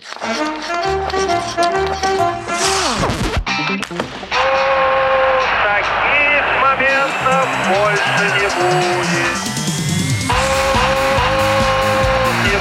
Таких моментов больше не будет. Не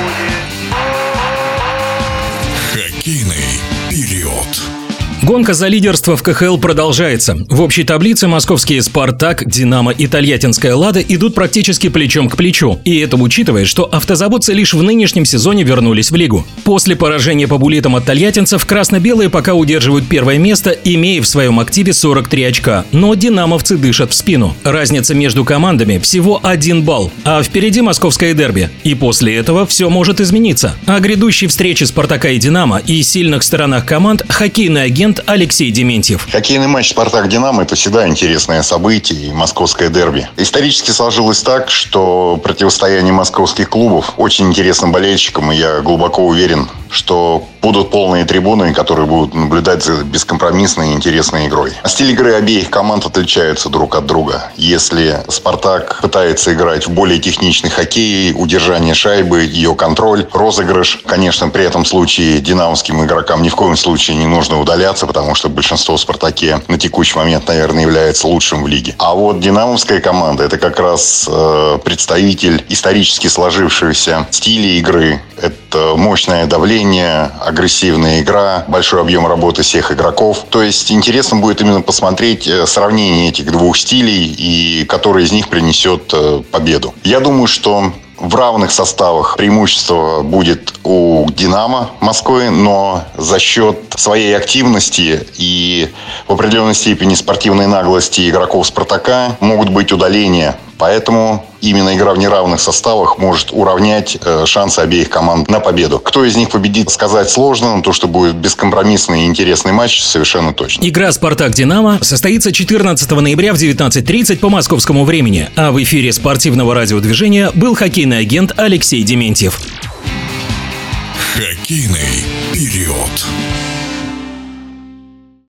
будет. Хоккейный период. Гонка за лидерство в КХЛ продолжается. В общей таблице московские «Спартак», «Динамо» и тольяттинская «Лада» идут практически плечом к плечу. И это учитывая, что автозаводцы лишь в нынешнем сезоне вернулись в лигу. После поражения по буллитам от тольяттинцев красно-белые пока удерживают первое место, имея в своем активе 43 очка. Но динамовцы дышат в спину. Разница между командами всего 1 балл. А впереди московское дерби. И после этого все может измениться. О грядущей встрече «Спартака» и «Динамо» и сильных сторонах команд хоккейный агент Алексей Дементьев. Хоккейный матч «Спартак-Динамо» — это всегда интересное событие и московское дерби. Исторически сложилось так, что противостояние московских клубов очень интересно болельщикам, и я глубоко уверен, что будут полные трибуны, которые будут наблюдать за бескомпромиссной и интересной игрой. Стиль игры обеих команд отличаются друг от друга. Если «Спартак» пытается играть в более техничный хоккей, удержание шайбы, ее контроль, розыгрыш, конечно, при этом случае динамовским игрокам ни в коем случае не нужно удаляться, потому что большинство в «Спартаке» на текущий момент, наверное, является лучшим в лиге. А вот динамовская команда — это как раз представитель исторически сложившегося стиля игры. Это мощное давление, агрессивная игра, большой объем работы всех игроков. То есть интересно будет именно посмотреть сравнение этих двух стилей и который из них принесет победу. Я думаю, что в равных составах преимущество будет у «Динамо» Москвы, но за счет своей активности и в определенной степени спортивной наглости игроков «Спартака» могут быть удаления. Поэтому именно игра в неравных составах может уравнять шансы обеих команд на победу. Кто из них победит, сказать сложно, но то, что будет бескомпромиссный и интересный матч, совершенно точно. Игра «Спартак-Динамо» состоится 14 ноября в 19:30 по московскому времени. А в эфире спортивного радиодвижения был хоккейный агент Алексей Дементьев. Хоккейный период.